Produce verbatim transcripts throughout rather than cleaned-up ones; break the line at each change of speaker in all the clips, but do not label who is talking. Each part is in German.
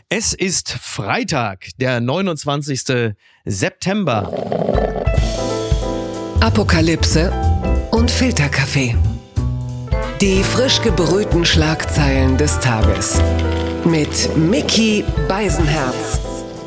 Es ist Freitag, der neunundzwanzigste September.
Apokalypse und Filterkaffee. Die frisch gebrühten Schlagzeilen des Tages. Mit Micky Beisenherz.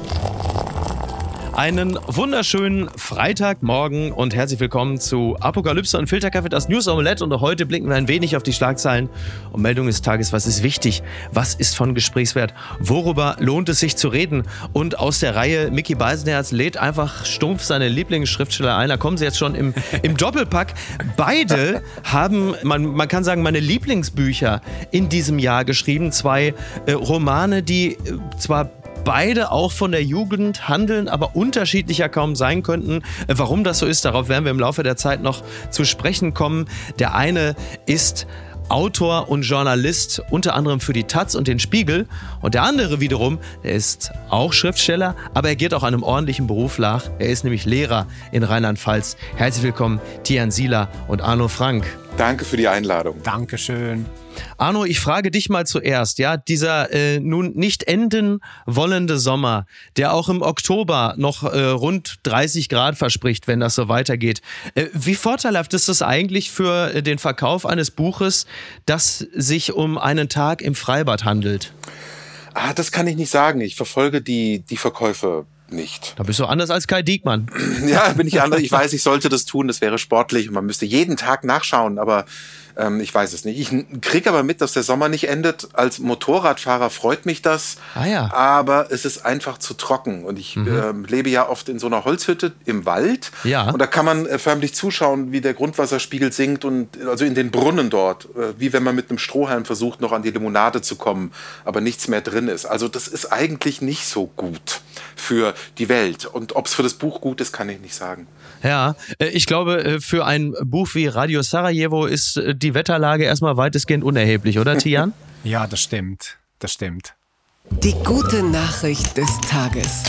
Einen wunderschönen Freitagmorgen und herzlich willkommen zu Apokalypse und Filterkaffee, das News Omelette. Und heute blicken wir ein wenig auf die Schlagzeilen und Meldungen des Tages. Was ist wichtig? Was ist von Gesprächswert? Worüber lohnt es sich zu reden? Und aus der Reihe Micky Beisenherz lädt einfach stumpf seine Lieblingsschriftsteller ein. Da kommen sie jetzt schon im, im Doppelpack. Beide haben, man, man kann sagen, meine Lieblingsbücher in diesem Jahr geschrieben. Zwei äh, Romane, die äh, zwar beide auch von der Jugend handeln, aber unterschiedlicher kaum sein könnten. Warum das so ist, darauf werden wir im Laufe der Zeit noch zu sprechen kommen. Der eine ist Autor und Journalist, unter anderem für die Taz und den Spiegel. Und der andere wiederum, der ist auch Schriftsteller, aber er geht auch einem ordentlichen Beruf nach. Er ist nämlich Lehrer in Rheinland-Pfalz. Herzlich willkommen, Tian Sieler und Arno Frank.
Danke für die Einladung.
Dankeschön.
Arno, ich frage dich mal zuerst, ja, dieser äh, nun nicht enden wollende Sommer, der auch im Oktober noch äh, rund dreißig Grad verspricht, wenn das so weitergeht. Äh, wie vorteilhaft ist es eigentlich für äh, den Verkauf eines Buches, das sich um einen Tag im Freibad handelt?
Ah, das kann ich nicht sagen. Ich verfolge die, die Verkäufe nicht.
Da bist du anders als Kai Diekmann.
Ja, bin ich anders. Ich weiß, ich sollte das tun. Das wäre sportlich und man müsste jeden Tag nachschauen, aber ähm, ich weiß es nicht. Ich kriege aber mit, dass der Sommer nicht endet. Als Motorradfahrer freut mich das,
ah, ja.
aber es ist einfach zu trocken. Und ich mhm. ähm, lebe ja oft in so einer Holzhütte im Wald.
Ja.
Und da kann man äh, förmlich zuschauen, wie der Grundwasserspiegel sinkt und also in den Brunnen dort, äh, wie wenn man mit einem Strohhalm versucht, noch an die Limonade zu kommen, aber nichts mehr drin ist. Also das ist eigentlich nicht so gut für die Welt. Und ob es für das Buch gut ist, kann ich nicht sagen.
Ja, ich glaube, für ein Buch wie Radio Sarajevo ist die Wetterlage erstmal weitestgehend unerheblich, oder Tian?
Ja, das stimmt. Das stimmt.
Die gute Nachricht des Tages.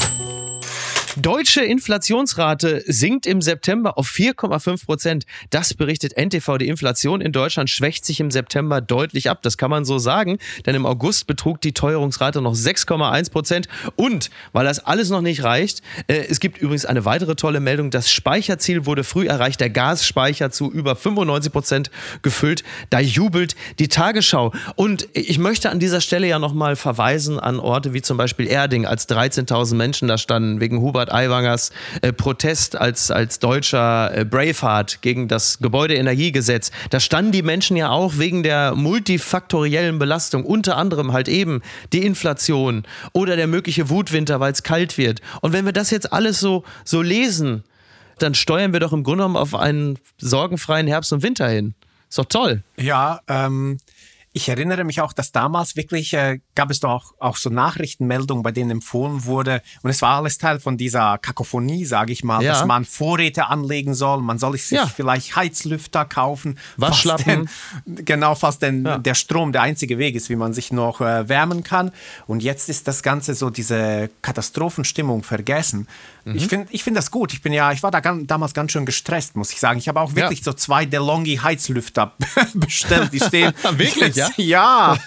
Deutsche Inflationsrate sinkt im September auf vier Komma fünf Prozent. Das berichtet N T V. Die Inflation in Deutschland schwächt sich im September deutlich ab. Das kann man so sagen, denn im August betrug die Teuerungsrate noch sechs Komma eins Prozent. Und, weil das alles noch nicht reicht, äh, es gibt übrigens eine weitere tolle Meldung. Das Speicherziel wurde früh erreicht. Der Gasspeicher zu über fünfundneunzig Prozent gefüllt. Da jubelt die Tagesschau. Und ich möchte an dieser Stelle ja nochmal verweisen an Orte wie zum Beispiel Erding, als dreizehntausend Menschen da standen wegen Hubert Aiwangers äh, Protest als, als deutscher äh, Braveheart gegen das Gebäudeenergiegesetz. Da standen die Menschen ja auch wegen der multifaktoriellen Belastung, unter anderem halt eben die Inflation oder der mögliche Wutwinter, weil es kalt wird. Und wenn wir das jetzt alles so, so lesen, dann steuern wir doch im Grunde genommen auf einen sorgenfreien Herbst und Winter hin. Ist doch toll.
Ja, ähm... Ich erinnere mich auch, dass damals wirklich äh, gab es doch auch, auch so Nachrichtenmeldungen, bei denen empfohlen wurde. Und es war alles Teil von dieser Kakophonie, sage ich mal, ja. dass man Vorräte anlegen soll. Man soll sich ja. vielleicht Heizlüfter kaufen.
Waschlappen.
Denn, genau, fast denn
ja.
der Strom der einzige Weg ist, wie man sich noch äh, wärmen kann. Und jetzt ist das Ganze so, diese Katastrophenstimmung vergessen. Mhm. Ich finde ich find das gut. Ich bin ja, ich war da ganz, damals ganz schön gestresst, muss ich sagen. Ich habe auch wirklich ja. so zwei DeLonghi Heizlüfter bestellt. Die stehen
wirklich, ja?
Ja,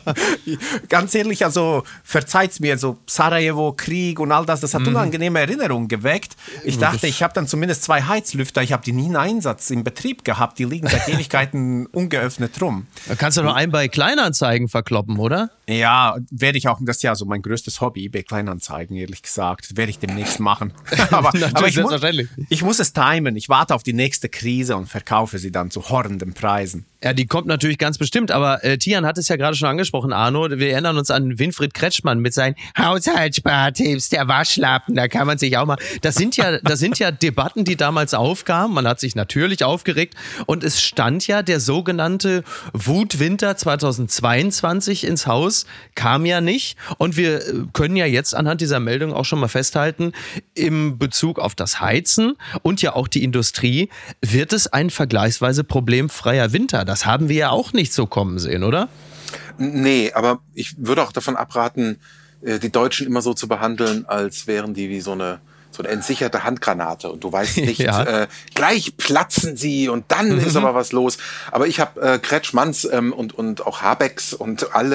ganz ehrlich, also verzeiht's mir, so Sarajevo, Krieg und all das, das hat mm. unangenehme Erinnerungen geweckt. Ich dachte, ich habe dann zumindest zwei Heizlüfter, ich habe die nie in Einsatz im Betrieb gehabt, die liegen seit Ewigkeiten ungeöffnet rum.
Da kannst du doch einen bei Kleinanzeigen verkloppen, oder?
Ja, werde ich auch, das ist ja so mein größtes Hobby, bei Kleinanzeigen, ehrlich gesagt, werde ich demnächst machen. aber aber ich, mu- ich muss es timen, ich warte auf die nächste Krise und verkaufe sie dann zu horrenden Preisen.
Ja, die kommt natürlich ganz bestimmt, aber äh, Tian hat es ja gerade schon angesprochen, Arno, wir erinnern uns an Winfried Kretschmann mit seinen Haushaltsspartipps, der Waschlappen, da kann man sich auch mal, das sind ja, das sind ja Debatten, die damals aufkamen, man hat sich natürlich aufgeregt und es stand ja der sogenannte Wutwinter zweitausendzweiundzwanzig ins Haus, kam ja nicht und wir können ja jetzt anhand dieser Meldung auch schon mal festhalten, im Bezug auf das Heizen und ja auch die Industrie wird es ein vergleichsweise problemfreier Winter. Das haben wir ja auch nicht so kommen sehen, oder?
Nee, aber ich würde auch davon abraten, die Deutschen immer so zu behandeln, als wären die wie so eine, so eine entsicherte Handgranate und du weißt nicht, ja. äh, gleich platzen sie und dann mhm. ist aber was los. Aber ich habe äh, Kretschmanns ähm, und, und auch Habecks und alle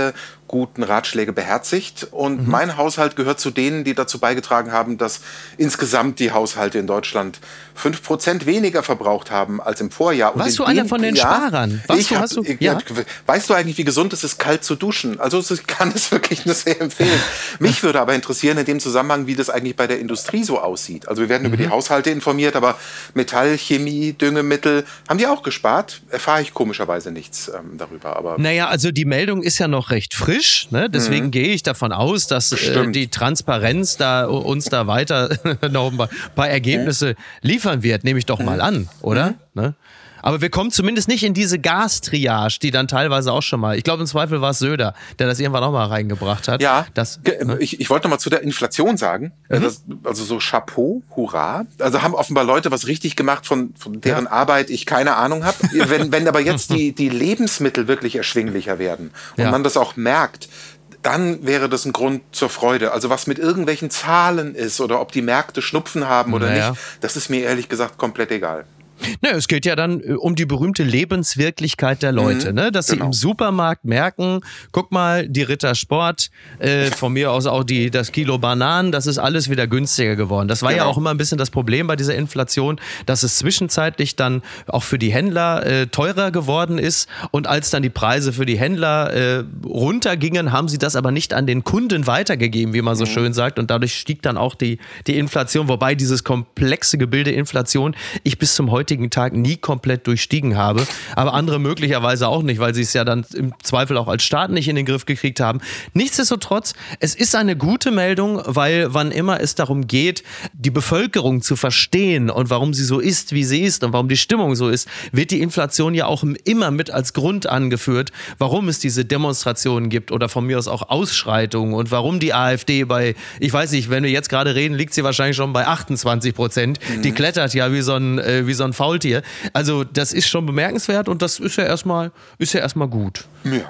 guten Ratschläge beherzigt. Und
Mhm.
mein Haushalt gehört zu denen, die dazu beigetragen haben, dass insgesamt die Haushalte in Deutschland fünf Prozent weniger verbraucht haben als im Vorjahr. Und
Warst
in
du einer
dem
von den
Jahr-
Sparern? Warst
ich
du,
hab,
hast du?
ich,
Ja.
Weißt du eigentlich, wie gesund es ist, kalt zu duschen? Also ich kann es wirklich nur sehr empfehlen. Mich würde aber interessieren in dem Zusammenhang, wie das eigentlich bei der Industrie so aussieht. Also wir werden über die Haushalte informiert, aber Metall, Chemie, Düngemittel, haben die auch gespart? Erfahre ich komischerweise nichts ähm, darüber. Aber
Naja, also die Meldung ist ja noch recht frisch, ne? Deswegen gehe ich davon aus, dass äh,
Stimmt.
die Transparenz da uns da weiter noch ein paar Ergebnisse liefern wird, nehme ich doch mal an, oder? Ne? Aber wir kommen zumindest nicht in diese Gastriage, die dann teilweise auch schon mal, ich glaube im Zweifel war es Söder, der das irgendwann auch mal reingebracht hat.
Ja,
das,
ge-
ne?
ich, ich wollte noch mal zu der Inflation sagen. Äh, Das, also so Chapeau, Hurra. Also haben offenbar Leute was richtig gemacht, von, von deren
Ja.
Arbeit ich keine Ahnung habe. wenn, wenn aber jetzt die, die Lebensmittel wirklich erschwinglicher werden und
Ja.
man das auch merkt, dann wäre das ein Grund zur Freude. Also was mit irgendwelchen Zahlen ist oder ob die Märkte Schnupfen haben oder
Naja.
nicht, das ist mir ehrlich gesagt komplett egal.
Ne, es geht ja dann äh, um die berühmte Lebenswirklichkeit der Leute, ne? Dass sie
genau.
im Supermarkt merken, guck mal, die Ritter Sport, äh, von mir aus auch die, das Kilo Bananen, das ist alles wieder günstiger geworden. Das war ja
Genau.
auch immer ein bisschen das Problem bei dieser Inflation, dass es zwischenzeitlich dann auch für die Händler äh, teurer geworden ist und als dann die Preise für die Händler äh, runtergingen, haben sie das aber nicht an den Kunden weitergegeben, wie man so schön sagt, und dadurch stieg dann auch die, die Inflation, wobei dieses komplexe Gebilde Inflation ich bis zum heutigen Tag nie komplett durchstiegen habe, aber andere möglicherweise auch nicht, weil sie es ja dann im Zweifel auch als Staat nicht in den Griff gekriegt haben. Nichtsdestotrotz, es ist eine gute Meldung, weil wann immer es darum geht, die Bevölkerung zu verstehen und warum sie so ist, wie sie ist und warum die Stimmung so ist, wird die Inflation ja auch immer mit als Grund angeführt, warum es diese Demonstrationen gibt oder von mir aus auch Ausschreitungen und warum die AfD bei, ich weiß nicht, wenn wir jetzt gerade reden, liegt sie wahrscheinlich schon bei achtundzwanzig Prozent. Die klettert ja wie so ein, äh, wie so ein Faultier. Also das ist schon bemerkenswert und das ist ja erstmal, ist ja erstmal gut.
Ja.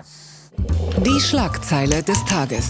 Die Schlagzeile des Tages.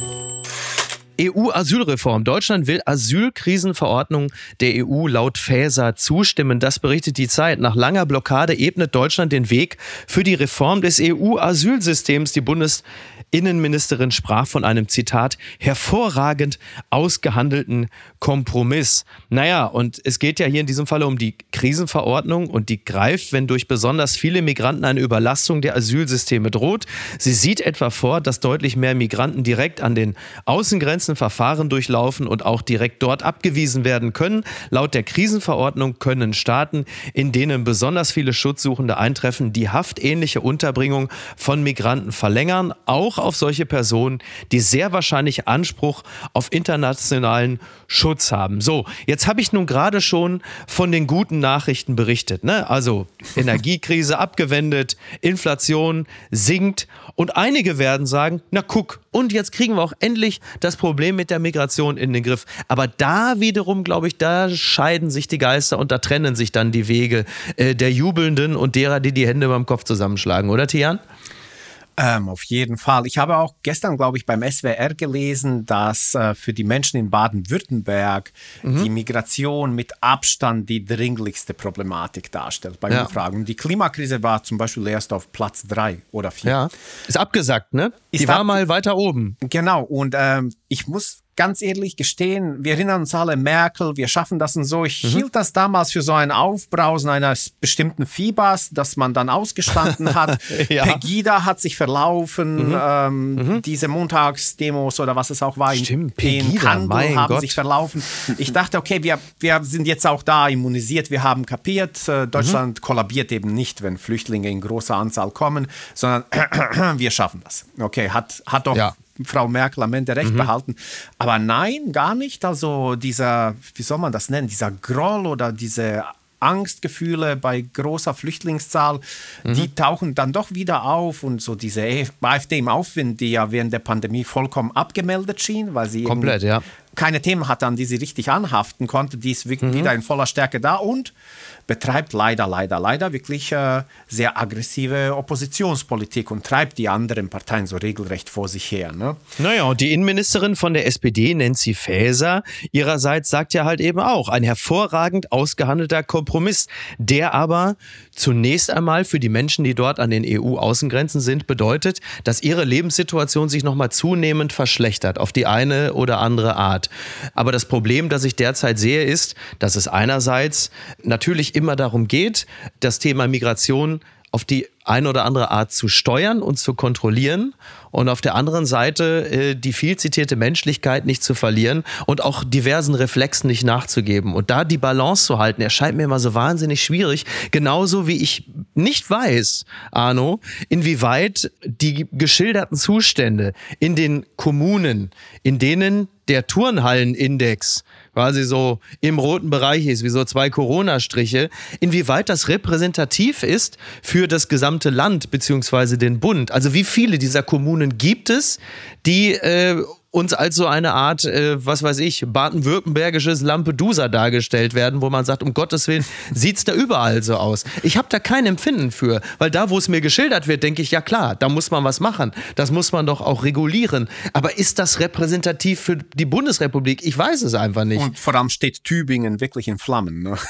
E U-Asylreform. Deutschland will Asylkrisenverordnung der E U laut Faeser zustimmen. Das berichtet die Zeit. Nach langer Blockade ebnet Deutschland den Weg für die Reform des E U-Asylsystems. Die Bundesinnenministerin sprach von einem, Zitat, hervorragend ausgehandelten Kompromiss. Naja, und es geht ja hier in diesem Falle um die Krisenverordnung und die greift, wenn durch besonders viele Migranten eine Überlastung der Asylsysteme droht. Sie sieht etwa vor, dass deutlich mehr Migranten direkt an den Außengrenzen Verfahren durchlaufen und auch direkt dort abgewiesen werden können. Laut der Krisenverordnung können Staaten, in denen besonders viele Schutzsuchende eintreffen, die haftähnliche Unterbringung von Migranten verlängern, auch auf solche Personen, die sehr wahrscheinlich Anspruch auf internationalen Schutz haben. So, jetzt habe ich nun gerade schon von den guten Nachrichten berichtet, ne? Also Energiekrise abgewendet, Inflation sinkt und einige werden sagen, na guck, und jetzt kriegen wir auch endlich das Problem mit der Migration in den Griff. Aber da wiederum, glaube ich, da scheiden sich die Geister und da trennen sich dann die Wege äh, der Jubelnden und derer, die die Hände beim Kopf zusammenschlagen, oder Tian?
Ähm, auf jeden Fall. Ich habe auch gestern, glaube ich, beim S W R gelesen, dass äh, für die Menschen in Baden-Württemberg mhm. die Migration mit Abstand die dringlichste Problematik darstellt bei
ja.
Umfragen. Die Klimakrise war zum Beispiel erst auf Platz drei oder vier.
Ja, ist abgesackt, ne?
Ist
die war
ab-
mal weiter oben.
Genau, und ähm, ich muss ganz ehrlich gestehen, wir erinnern uns alle, Merkel, wir schaffen das und so. Ich mhm. hielt das damals für so ein Aufbrausen eines bestimmten Fiebers, das man dann ausgestanden hat.
ja.
Pegida hat sich verlaufen,
Mhm.
Ähm,
Mhm.
diese Montagsdemos oder was es auch war,
Stimmt,
in, in
Pegida,
Kandel
mein
haben
Gott.
sich verlaufen. Ich dachte, okay, wir, wir sind jetzt auch da immunisiert, wir haben kapiert, äh, Deutschland mhm. kollabiert eben nicht, wenn Flüchtlinge in großer Anzahl kommen, sondern wir schaffen das. Okay, hat, hat doch
Ja.
Frau Merkel am Ende recht
Mhm.
behalten. Aber nein, gar nicht. Also dieser, wie soll man das nennen, dieser Groll oder diese Angstgefühle bei großer Flüchtlingszahl, mhm. die tauchen dann doch wieder auf und so diese AfD im Aufwind, die ja während der Pandemie vollkommen abgemeldet schien, weil sie
Komplett, ja.
keine Themen hatte, an die sie richtig anhaften konnte, die ist mhm. wieder in voller Stärke da und betreibt leider, leider, leider wirklich äh, sehr aggressive Oppositionspolitik und treibt die anderen Parteien so regelrecht vor sich her. Ne?
Naja, und die Innenministerin von der S P D, Nancy Faeser, ihrerseits sagt ja halt eben auch, ein hervorragend ausgehandelter Kompromiss, der aber zunächst einmal für die Menschen, die dort an den E U-Außengrenzen sind, bedeutet, dass ihre Lebenssituation sich nochmal zunehmend verschlechtert, auf die eine oder andere Art. Aber das Problem, das ich derzeit sehe, ist, dass es einerseits natürlich immer darum geht, das Thema Migration auf die eine oder andere Art zu steuern und zu kontrollieren und auf der anderen Seite äh, die viel zitierte Menschlichkeit nicht zu verlieren und auch diversen Reflexen nicht nachzugeben. Und da die Balance zu halten, erscheint mir immer so wahnsinnig schwierig. Genauso wie ich nicht weiß, Arno, inwieweit die geschilderten Zustände in den Kommunen, in denen der Turnhallenindex quasi so im roten Bereich ist, wie so zwei Corona-Striche, inwieweit das repräsentativ ist für das gesamte Land bzw. den Bund. Also wie viele dieser Kommunen gibt es, die äh, uns als so eine Art, äh, was weiß ich, baden-württembergisches Lampedusa dargestellt werden, wo man sagt, um Gottes Willen, sieht's da überall so aus. Ich habe da kein Empfinden für, weil da, wo es mir geschildert wird, denke ich, ja klar, da muss man was machen. Das muss man doch auch regulieren. Aber ist das repräsentativ für die Bundesrepublik? Ich weiß es einfach nicht.
Und vor allem steht Tübingen wirklich in Flammen. Ne?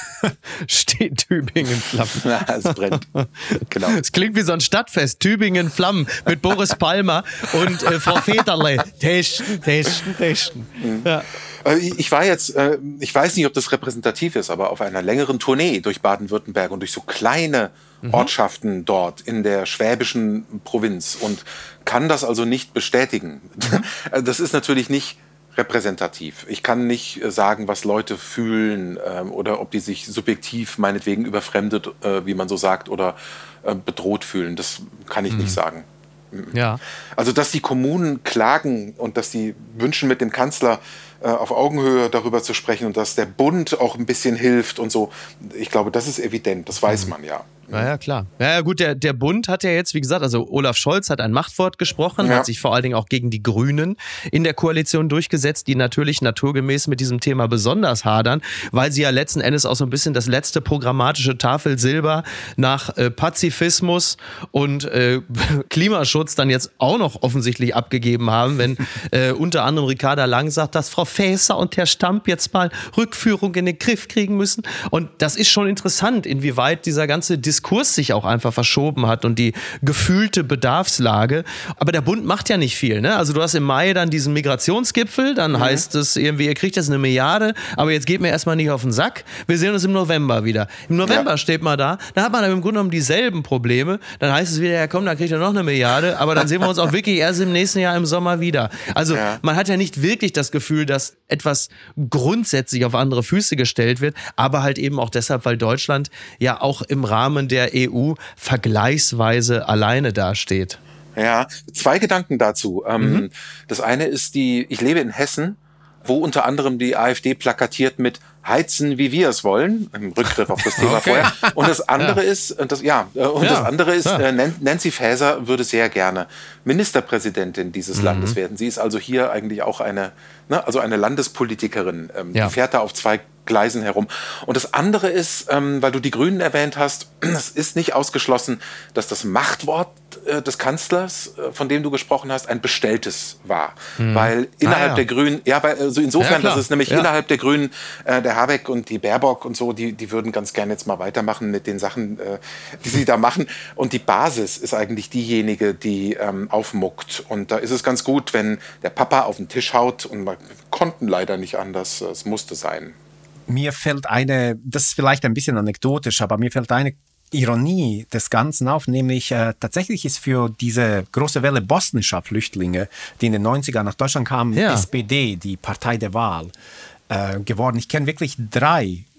Steht Tübingen in Flammen.
Ja, es brennt. Genau.
Es klingt wie so ein Stadtfest. Tübingen in Flammen mit Boris Palmer und äh, Frau Federle. Testen, testen, testen.
Mhm. Ja. Ich war jetzt, ich weiß nicht, ob das repräsentativ ist, aber auf einer längeren Tournee durch Baden-Württemberg und durch so kleine mhm. Ortschaften dort in der schwäbischen Provinz und kann das also nicht bestätigen. Mhm. Das ist natürlich nicht repräsentativ. Ich kann nicht sagen, was Leute fühlen ähm, oder ob die sich subjektiv meinetwegen überfremdet, äh, wie man so sagt, oder äh, bedroht fühlen. Das kann ich mhm. nicht sagen.
Ja.
Also, dass die Kommunen klagen und dass die wünschen, mit dem Kanzler äh, auf Augenhöhe darüber zu sprechen und dass der Bund auch ein bisschen hilft und so, ich glaube, das ist evident, das weiß man ja.
Ja, ja, klar. Ja, ja gut, der, der Bund hat ja jetzt, wie gesagt, also Olaf Scholz hat ein Machtwort gesprochen, ja. hat sich vor allen Dingen auch gegen die Grünen in der Koalition durchgesetzt, die natürlich naturgemäß mit diesem Thema besonders hadern, weil sie ja letzten Endes auch so ein bisschen das letzte programmatische Tafelsilber nach äh, Pazifismus und äh, Klimaschutz dann jetzt auch noch offensichtlich abgegeben haben, wenn äh, unter anderem Ricarda Lang sagt, dass Frau Faeser und Herr Stamp jetzt mal Rückführung in den Griff kriegen müssen. Und das ist schon interessant, inwieweit dieser ganze Diskurs Diskurs sich auch einfach verschoben hat und die gefühlte Bedarfslage. Aber der Bund macht ja nicht viel. Ne? Also du hast im Mai dann diesen Migrationsgipfel, dann mhm. heißt es irgendwie, ihr kriegt jetzt eine Milliarde, aber jetzt geht mir erstmal nicht auf den Sack. Wir sehen uns im November wieder. Im November ja. steht man da, dann hat man aber im Grunde genommen dieselben Probleme. Dann heißt es wieder, ja komm, dann kriegt er noch eine Milliarde, aber dann sehen wir uns auch wirklich erst im nächsten Jahr im Sommer wieder. Also ja. man hat ja nicht wirklich das Gefühl, dass etwas grundsätzlich auf andere Füße gestellt wird, aber halt eben auch deshalb, weil Deutschland ja auch im Rahmen der E U vergleichsweise alleine dasteht.
Ja, zwei Gedanken dazu. Mhm. Das eine ist die, ich lebe in Hessen, wo unter anderem die AfD plakatiert mit heizen, wie wir es wollen, im Rückgriff auf das Thema okay. vorher. Und das andere ja. ist, das, ja, und ja. das andere ist, ja. Nancy Faeser würde sehr gerne Ministerpräsidentin dieses mhm. Landes werden. Sie ist also hier eigentlich auch eine, ne, also eine Landespolitikerin. Ähm, ja. Die fährt da auf zwei Gleisen herum. Und das andere ist, ähm, weil du die Grünen erwähnt hast, es ist nicht ausgeschlossen, dass das Machtwort äh, des Kanzlers, äh, von dem du gesprochen hast, ein bestelltes war. Hm. Weil innerhalb ah, ja. der Grünen, ja, weil, also insofern, ja, dass es nämlich ja. innerhalb der Grünen, äh, der Habeck und die Baerbock und so, die, die würden ganz gerne jetzt mal weitermachen mit den Sachen, äh, die sie da machen. Und die Basis ist eigentlich diejenige, die ähm, aufmuckt. Und da ist es ganz gut, wenn der Papa auf den Tisch haut und wir konnten leider nicht anders, es musste sein.
Mir fällt eine, das ist vielleicht ein bisschen anekdotisch, aber mir fällt eine Ironie des Ganzen auf, nämlich äh, tatsächlich ist für diese große Welle bosnischer Flüchtlinge, die in den neunzigern nach Deutschland kamen, ja. S P D, die Partei der Wahl, äh, geworden. Ich kenne wirklich drei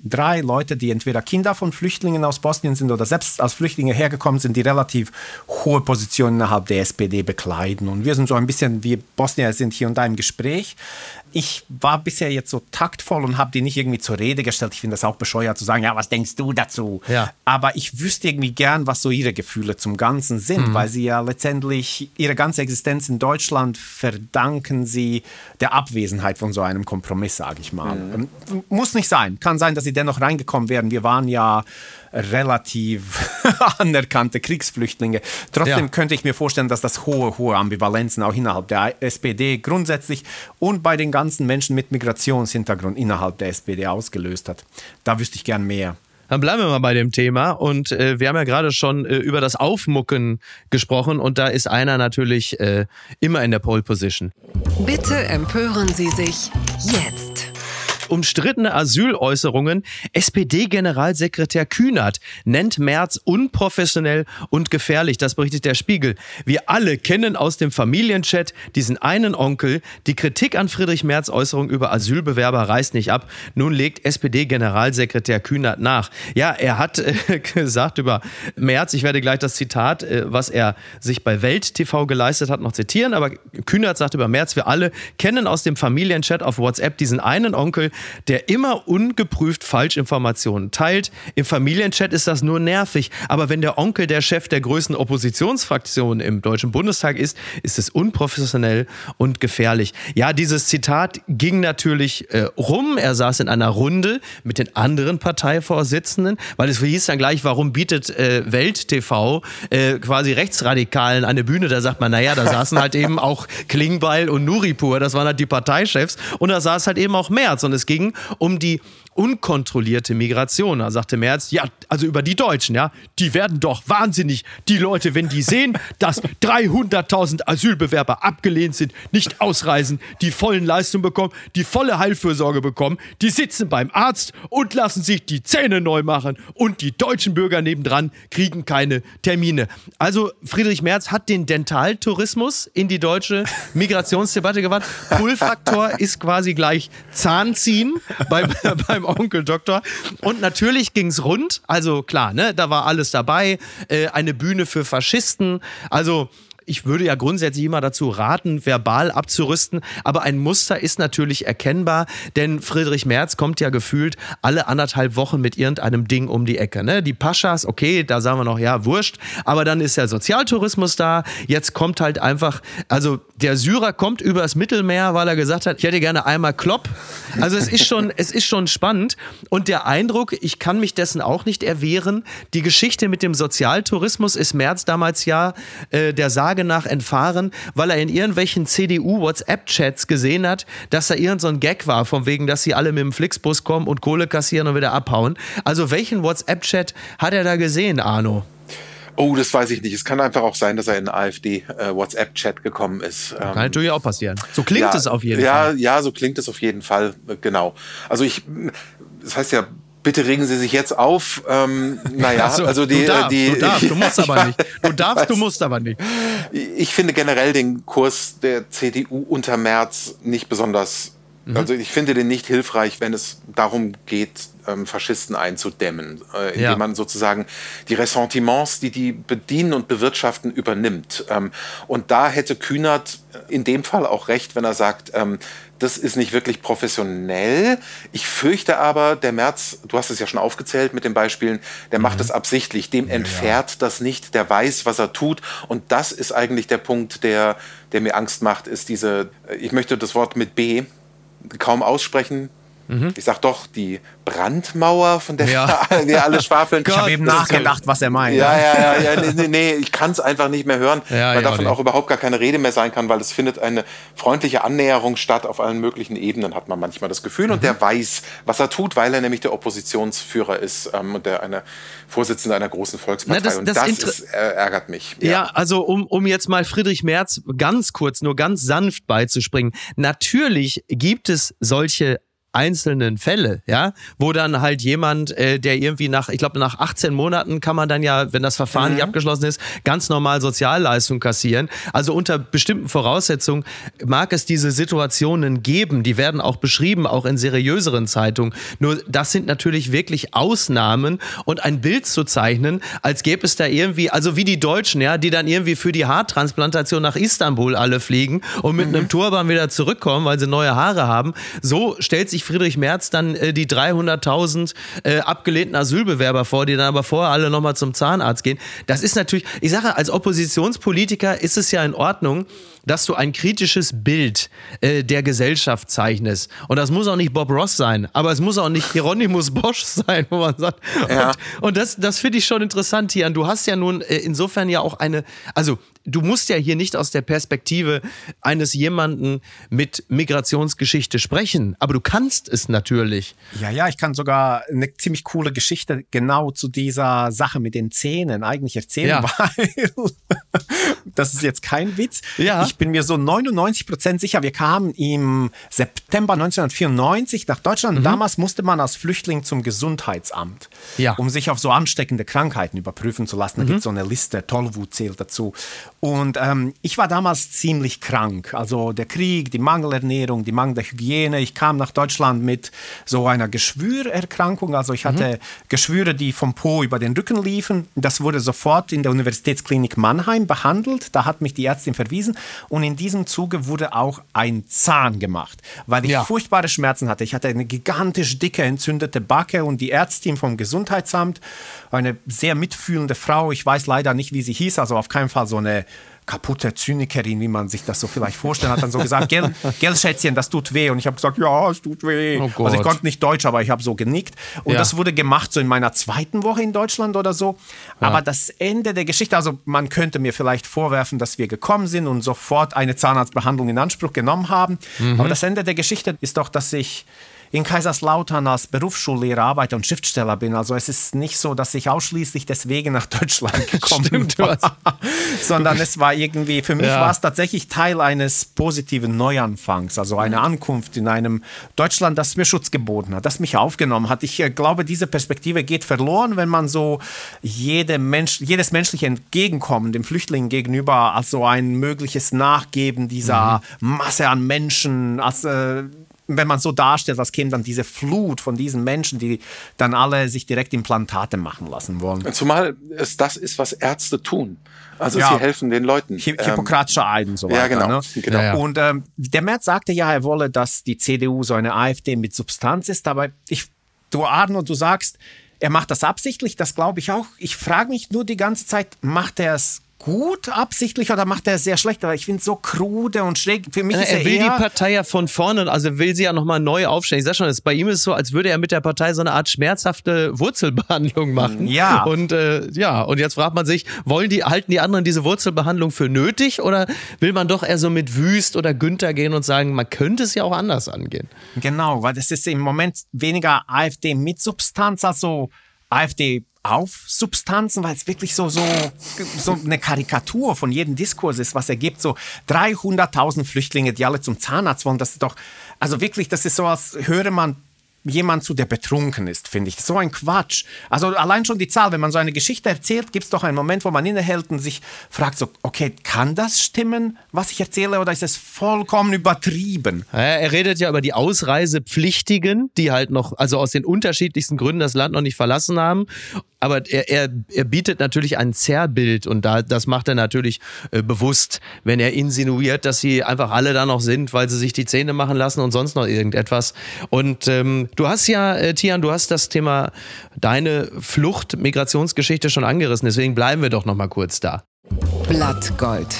drei Leute, die entweder Kinder von Flüchtlingen aus Bosnien sind oder selbst als Flüchtlinge hergekommen sind, die relativ hohe Positionen innerhalb der S P D bekleiden. Und wir sind so ein bisschen, wie Bosnier sind hier und da im Gespräch. Ich war bisher jetzt so taktvoll und habe die nicht irgendwie zur Rede gestellt. Ich finde das auch bescheuert zu sagen, ja, was denkst du dazu?
Ja.
Aber ich wüsste irgendwie gern, was so ihre Gefühle zum Ganzen sind, mhm. weil sie ja letztendlich ihre ganze Existenz in Deutschland verdanken sie der Abwesenheit von so einem Kompromiss, sage ich mal. Mhm. Muss nicht sein. Kann sein, dass sie dennoch reingekommen wären. Wir waren ja relativ anerkannte Kriegsflüchtlinge. Trotzdem ja. könnte ich mir vorstellen, dass das hohe, hohe Ambivalenzen auch innerhalb der S P D grundsätzlich und bei den ganzen Menschen mit Migrationshintergrund innerhalb der S P D ausgelöst hat. Da wüsste ich gern mehr.
Dann bleiben wir mal bei dem Thema und äh, wir haben ja gerade schon äh, über das Aufmucken gesprochen und da ist einer natürlich äh, immer in der Pole Position.
Bitte empören Sie sich jetzt.
Umstrittene Asyläußerungen. S P D-Generalsekretär Kühnert nennt Merz unprofessionell und gefährlich. Das berichtet der Spiegel. Wir alle kennen aus dem Familienchat diesen einen Onkel. Die Kritik an Friedrich Merz' Äußerung über Asylbewerber reißt nicht ab. Nun legt S P D-Generalsekretär Kühnert nach. Ja, er hat äh, gesagt über Merz, ich werde gleich das Zitat, äh, was er sich bei Welt T V geleistet hat, noch zitieren. Aber Kühnert sagt über Merz, wir alle kennen aus dem Familienchat auf WhatsApp diesen einen Onkel, der immer ungeprüft Falschinformationen teilt. Im Familienchat ist das nur nervig. Aber wenn der Onkel der Chef der größten Oppositionsfraktion im Deutschen Bundestag ist, ist es unprofessionell und gefährlich. Ja, dieses Zitat ging natürlich äh, rum. Er saß in einer Runde mit den anderen Parteivorsitzenden, weil es hieß dann gleich, warum bietet äh, Welt T V äh, quasi Rechtsradikalen eine Bühne? Da sagt man, naja, da saßen halt eben auch Klingbeil und Nuripur, das waren halt die Parteichefs. Und da saß halt eben auch Merz. Und es ging um die unkontrollierte Migration. Da sagte Merz, ja, also über die Deutschen, ja, die werden doch wahnsinnig. Die Leute, wenn die sehen, dass dreihunderttausend Asylbewerber abgelehnt sind, nicht ausreisen, die vollen Leistungen bekommen, die volle Heilfürsorge bekommen, die sitzen beim Arzt und lassen sich die Zähne neu machen und die deutschen Bürger nebendran kriegen keine Termine. Also Friedrich Merz hat den Dentaltourismus in die deutsche Migrationsdebatte gewandt. Pull-Faktor ist quasi gleich Zahnziehen beim, beim Onkel Doktor. Und natürlich ging's rund. Also klar, ne, da war alles dabei. Äh, eine Bühne für Faschisten. Also ich würde ja grundsätzlich immer dazu raten, verbal abzurüsten, aber ein Muster ist natürlich erkennbar, denn Friedrich Merz kommt ja gefühlt alle anderthalb Wochen mit irgendeinem Ding um die Ecke. Ne? Die Paschas, okay, da sagen wir noch, ja, wurscht, aber dann ist der Sozialtourismus da, jetzt kommt halt einfach, also der Syrer kommt übers Mittelmeer, weil er gesagt hat, ich hätte gerne einmal Klopp. Also es ist schon, es ist schon spannend und der Eindruck, ich kann mich dessen auch nicht erwehren, die Geschichte mit dem Sozialtourismus ist Merz damals ja äh, der Sage nach entfahren, weil er in irgendwelchen C D U-WhatsApp-Chats gesehen hat, dass da irgend so ein Gag war, von wegen, dass sie alle mit dem Flixbus kommen und Kohle kassieren und wieder abhauen. Also welchen WhatsApp-Chat hat er da gesehen, Arno?
Oh, das weiß ich nicht. Es kann einfach auch sein, dass er in einen AfD-WhatsApp-Chat gekommen ist.
Kann ähm, natürlich auch passieren. So klingt
ja,
es auf jeden
ja,
Fall.
Ja, so klingt es auf jeden Fall, genau. Also ich, das heißt ja, bitte regen Sie sich jetzt auf. Ähm, naja,
so,
also die,
du darfst,
die,
du darfst, du musst aber nicht. Du darfst, du musst aber nicht.
Ich finde generell den Kurs der C D U unter Merz nicht besonders, mhm. also ich finde den nicht hilfreich, wenn es darum geht, ähm, Faschisten einzudämmen, äh, indem ja. man sozusagen die Ressentiments, die die bedienen und bewirtschaften, übernimmt. Ähm, und da hätte Kühnert in dem Fall auch recht, wenn er sagt, ähm, das ist nicht wirklich professionell. Ich fürchte aber, der Merz, du hast es ja schon aufgezählt mit den Beispielen, der mhm. macht es absichtlich. Dem ja, entfährt ja. das nicht. Der weiß, was er tut. Und das ist eigentlich der Punkt, der, der mir Angst macht, ist diese, ich möchte das Wort mit B kaum aussprechen. Mhm. Ich sag doch, die Brandmauer, von der ja. wir alle schwafeln.
Ich habe eben nachgedacht, was er meint.
Ja, ja, ja, ja nee, nee, ich kann es einfach nicht mehr hören,
ja,
weil
ja,
davon auch überhaupt gar keine Rede mehr sein kann, weil es findet eine freundliche Annäherung statt auf allen möglichen Ebenen, hat man manchmal das Gefühl. Mhm. Und der weiß, was er tut, weil er nämlich der Oppositionsführer ist ähm, und der eine Vorsitzende einer großen Volkspartei. Na, das, und das, das ist, äh, ärgert mich.
Ja, ja also um, um jetzt mal Friedrich Merz ganz kurz, nur ganz sanft beizuspringen. Natürlich gibt es solche einzelnen Fälle, ja, wo dann halt jemand, äh, der irgendwie nach, ich glaube nach achtzehn Monaten kann man dann ja, wenn das Verfahren mhm. nicht abgeschlossen ist, ganz normal Sozialleistung kassieren. Also unter bestimmten Voraussetzungen mag es diese Situationen geben, die werden auch beschrieben, auch in seriöseren Zeitungen. Nur das sind natürlich wirklich Ausnahmen und ein Bild zu zeichnen, als gäbe es da irgendwie, also wie die Deutschen, ja, die dann irgendwie für die Haartransplantation nach Istanbul alle fliegen und mit mhm. einem Turban wieder zurückkommen, weil sie neue Haare haben. So stellt sich Friedrich Merz dann äh, die dreihunderttausend äh, abgelehnten Asylbewerber vor, die dann aber vorher alle nochmal zum Zahnarzt gehen. Das ist natürlich, ich sage, als Oppositionspolitiker ist es ja in Ordnung, dass du ein kritisches Bild äh, der Gesellschaft zeichnest. Und das muss auch nicht Bob Ross sein, aber es muss auch nicht Hieronymus Bosch sein, wo man sagt. Ja. Und, und das, das finde ich schon interessant, Tian. Du hast ja nun äh, insofern ja auch eine, also du musst ja hier nicht aus der Perspektive eines jemanden mit Migrationsgeschichte sprechen, aber du kannst es natürlich.
Ja, ja, ich kann sogar eine ziemlich coole Geschichte genau zu dieser Sache mit den Zähnen eigentlich erzählen, ja. weil das ist jetzt kein Witz. Ja. Ich bin mir so neunundneunzig Prozent sicher, wir kamen im September neunzehnhundertvierundneunzig nach Deutschland. Mhm. Damals musste man als Flüchtling zum Gesundheitsamt, ja. um sich auf so ansteckende Krankheiten überprüfen zu lassen. Da mhm. gibt es so eine Liste, Tollwut zählt dazu. Und ähm, ich war damals ziemlich krank. Also der Krieg, die Mangelernährung, die mangelnde Hygiene. Ich kam nach Deutschland mit so einer Geschwürerkrankung. Also ich hatte mhm. Geschwüre, die vom Po über den Rücken liefen. Das wurde sofort in der Universitätsklinik Mannheim behandelt. Da hat mich die Ärztin verwiesen. Und in diesem Zuge wurde auch ein Zahn gemacht, weil ich ja. furchtbare Schmerzen hatte. Ich hatte eine gigantisch dicke, entzündete Backe. Und die Ärztin vom Gesundheitsamt, eine sehr mitfühlende Frau, ich weiß leider nicht, wie sie hieß, also auf keinen Fall so eine kaputte Zynikerin, wie man sich das so vielleicht vorstellt, hat dann so gesagt, gell, gell Schätzchen, das tut weh. Und ich habe gesagt, ja, es tut weh. Oh also ich konnte nicht Deutsch, aber ich habe so genickt. Und ja. das wurde gemacht so in meiner zweiten Woche in Deutschland oder so. Ja. Aber das Ende der Geschichte, also man könnte mir vielleicht vorwerfen, dass wir gekommen sind und sofort eine Zahnarztbehandlung in Anspruch genommen haben. Mhm. Aber das Ende der Geschichte ist doch, dass ich in Kaiserslautern als Berufsschullehrer, Arbeiter und Schriftsteller bin. Also es ist nicht so, dass ich ausschließlich deswegen nach Deutschland gekommen
Stimmt,
war, sondern es war irgendwie, für mich ja. war es tatsächlich Teil eines positiven Neuanfangs, also eine Ankunft in einem Deutschland, das mir Schutz geboten hat, das mich aufgenommen hat. Ich äh, glaube, diese Perspektive geht verloren, wenn man so jede Mensch, jedes menschliche Entgegenkommen dem Flüchtlingen gegenüber als so ein mögliches Nachgeben dieser mhm. Masse an Menschen, als äh, wenn man so darstellt, als käme dann diese Flut von diesen Menschen, die dann alle sich direkt Implantate machen lassen wollen.
Zumal es das ist, was Ärzte tun. Also ja. sie helfen den Leuten.
Hi- Hippokratischer Eid und so weiter.
Ja, genau.
Ne?
genau.
Ja, ja. Und ähm, der Merz sagte ja, er wolle, dass die C D U so eine AfD mit Substanz ist. Aber ich, du Arno, du sagst, er macht das absichtlich. Das glaube ich auch. Ich frage mich nur die ganze Zeit, macht er es gut absichtlich oder macht er es sehr schlecht? Aber ich finde es so krude und schräg. Für mich
ja,
ist
er
er
will
eher
die Partei ja von vorne, also er will sie ja nochmal neu aufstellen. Ich sag schon, bei ihm ist es so, als würde er mit der Partei so eine Art schmerzhafte Wurzelbehandlung machen.
Ja.
Und äh, ja, und jetzt fragt man sich, wollen die, halten die anderen diese Wurzelbehandlung für nötig oder will man doch eher so mit Wüst oder Günther gehen und sagen, man könnte es ja auch anders angehen?
Genau, weil das ist im Moment weniger AfD mit Substanz als so AfD auf Substanzen, weil es wirklich so, so, so eine Karikatur von jedem Diskurs ist, was er gibt. So dreihunderttausend Flüchtlinge, die alle zum Zahnarzt wollen. Das ist doch, also wirklich, das ist so, als höre man jemand zu, der betrunken ist, finde ich. So ein Quatsch. Also allein schon die Zahl, wenn man so eine Geschichte erzählt, gibt es doch einen Moment, wo man innehält und sich fragt so, okay, kann das stimmen, was ich erzähle, oder ist es vollkommen übertrieben?
Ja, er redet ja über die Ausreisepflichtigen, die halt noch, also aus den unterschiedlichsten Gründen das Land noch nicht verlassen haben. Aber er, er, er bietet natürlich ein Zerrbild und da, das macht er natürlich äh, bewusst, wenn er insinuiert, dass sie einfach alle da noch sind, weil sie sich die Zähne machen lassen und sonst noch irgendetwas. Und ähm, du hast ja, äh, Tian, du hast das Thema deine Flucht, Migrationsgeschichte schon angerissen, deswegen bleiben wir doch noch mal kurz da.
Blattgold.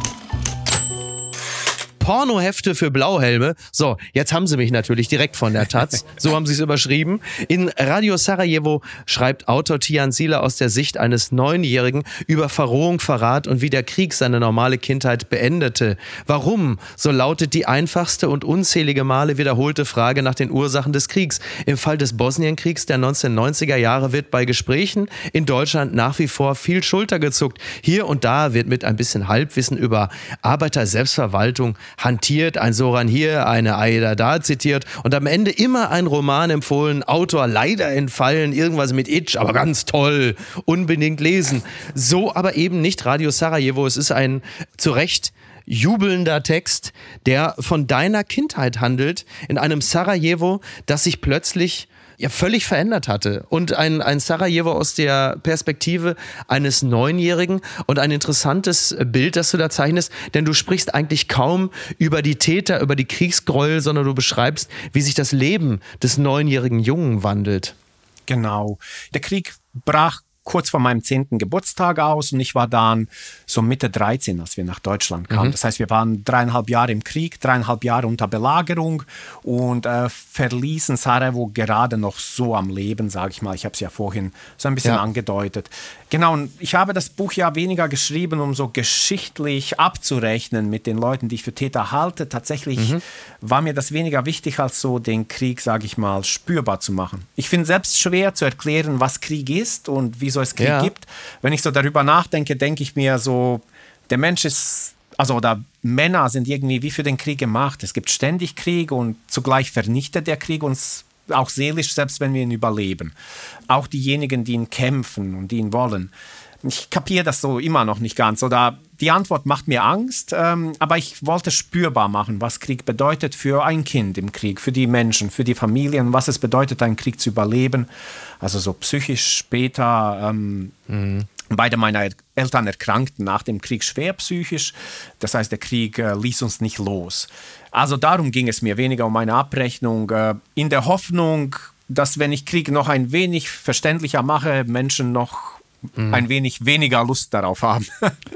Pornohefte für Blauhelme. So, jetzt haben sie mich natürlich direkt von der Taz. So haben sie es überschrieben. In Radio Sarajevo schreibt Autor Tian Sila aus der Sicht eines Neunjährigen über Verrohung, Verrat und wie der Krieg seine normale Kindheit beendete. Warum? So lautet die einfachste und unzählige Male wiederholte Frage nach den Ursachen des Kriegs. Im Fall des Bosnienkriegs der neunzehnhundertneunziger Jahre wird bei Gesprächen in Deutschland nach wie vor viel Schulter gezuckt. Hier und da wird mit ein bisschen Halbwissen über Arbeiterselbstverwaltung hantiert, ein Soran hier, eine Aida da zitiert und am Ende immer ein Roman empfohlen, Autor leider entfallen, irgendwas mit Itch, aber ganz toll, unbedingt lesen. So aber eben nicht Radio Sarajevo. Es ist ein zu Recht jubelnder Text, der von deiner Kindheit handelt, in einem Sarajevo, das sich plötzlich ja völlig verändert hatte. Und ein, ein Sarajevo aus der Perspektive eines Neunjährigen und ein interessantes Bild, das du da zeichnest, denn du sprichst eigentlich kaum über die Täter, über die Kriegsgräuel, sondern du beschreibst, wie sich das Leben des neunjährigen Jungen wandelt.
Genau. Der Krieg brach kurz vor meinem zehnten Geburtstag aus und ich war dann so Mitte dreizehn, als wir nach Deutschland kamen. Mhm. Das heißt, wir waren dreieinhalb Jahre im Krieg, dreieinhalb Jahre unter Belagerung und äh, verließen Sarajevo gerade noch so am Leben, sage ich mal. Ich habe es ja vorhin so ein bisschen ja. angedeutet. Genau, und ich habe das Buch ja weniger geschrieben, um so geschichtlich abzurechnen mit den Leuten, die ich für Täter halte. Tatsächlich mhm. war mir das weniger wichtig, als so den Krieg, sage ich mal, spürbar zu machen. Ich finde selbst schwer zu erklären, was Krieg ist und wieso es Krieg ja. gibt. Wenn ich so darüber nachdenke, denke ich mir so, der Mensch ist, also oder Männer sind irgendwie wie für den Krieg gemacht. Es gibt ständig Krieg und zugleich vernichtet der Krieg uns auch seelisch, selbst wenn wir ihn überleben. Auch diejenigen, die ihn kämpfen und die ihn wollen. Ich kapiere das so immer noch nicht ganz. Oder die Antwort macht mir Angst, ähm, aber ich wollte spürbar machen, was Krieg bedeutet für ein Kind im Krieg, für die Menschen, für die Familien, was es bedeutet, einen Krieg zu überleben. Also so psychisch später. Ähm, mhm. Beide meiner Eltern erkrankten nach dem Krieg schwer psychisch. Das heißt, der Krieg äh, ließ uns nicht los. Also darum ging es mir, weniger um eine Abrechnung, äh, in der Hoffnung, dass, wenn ich Krieg noch ein wenig verständlicher mache, Menschen noch mhm. ein wenig weniger Lust darauf haben.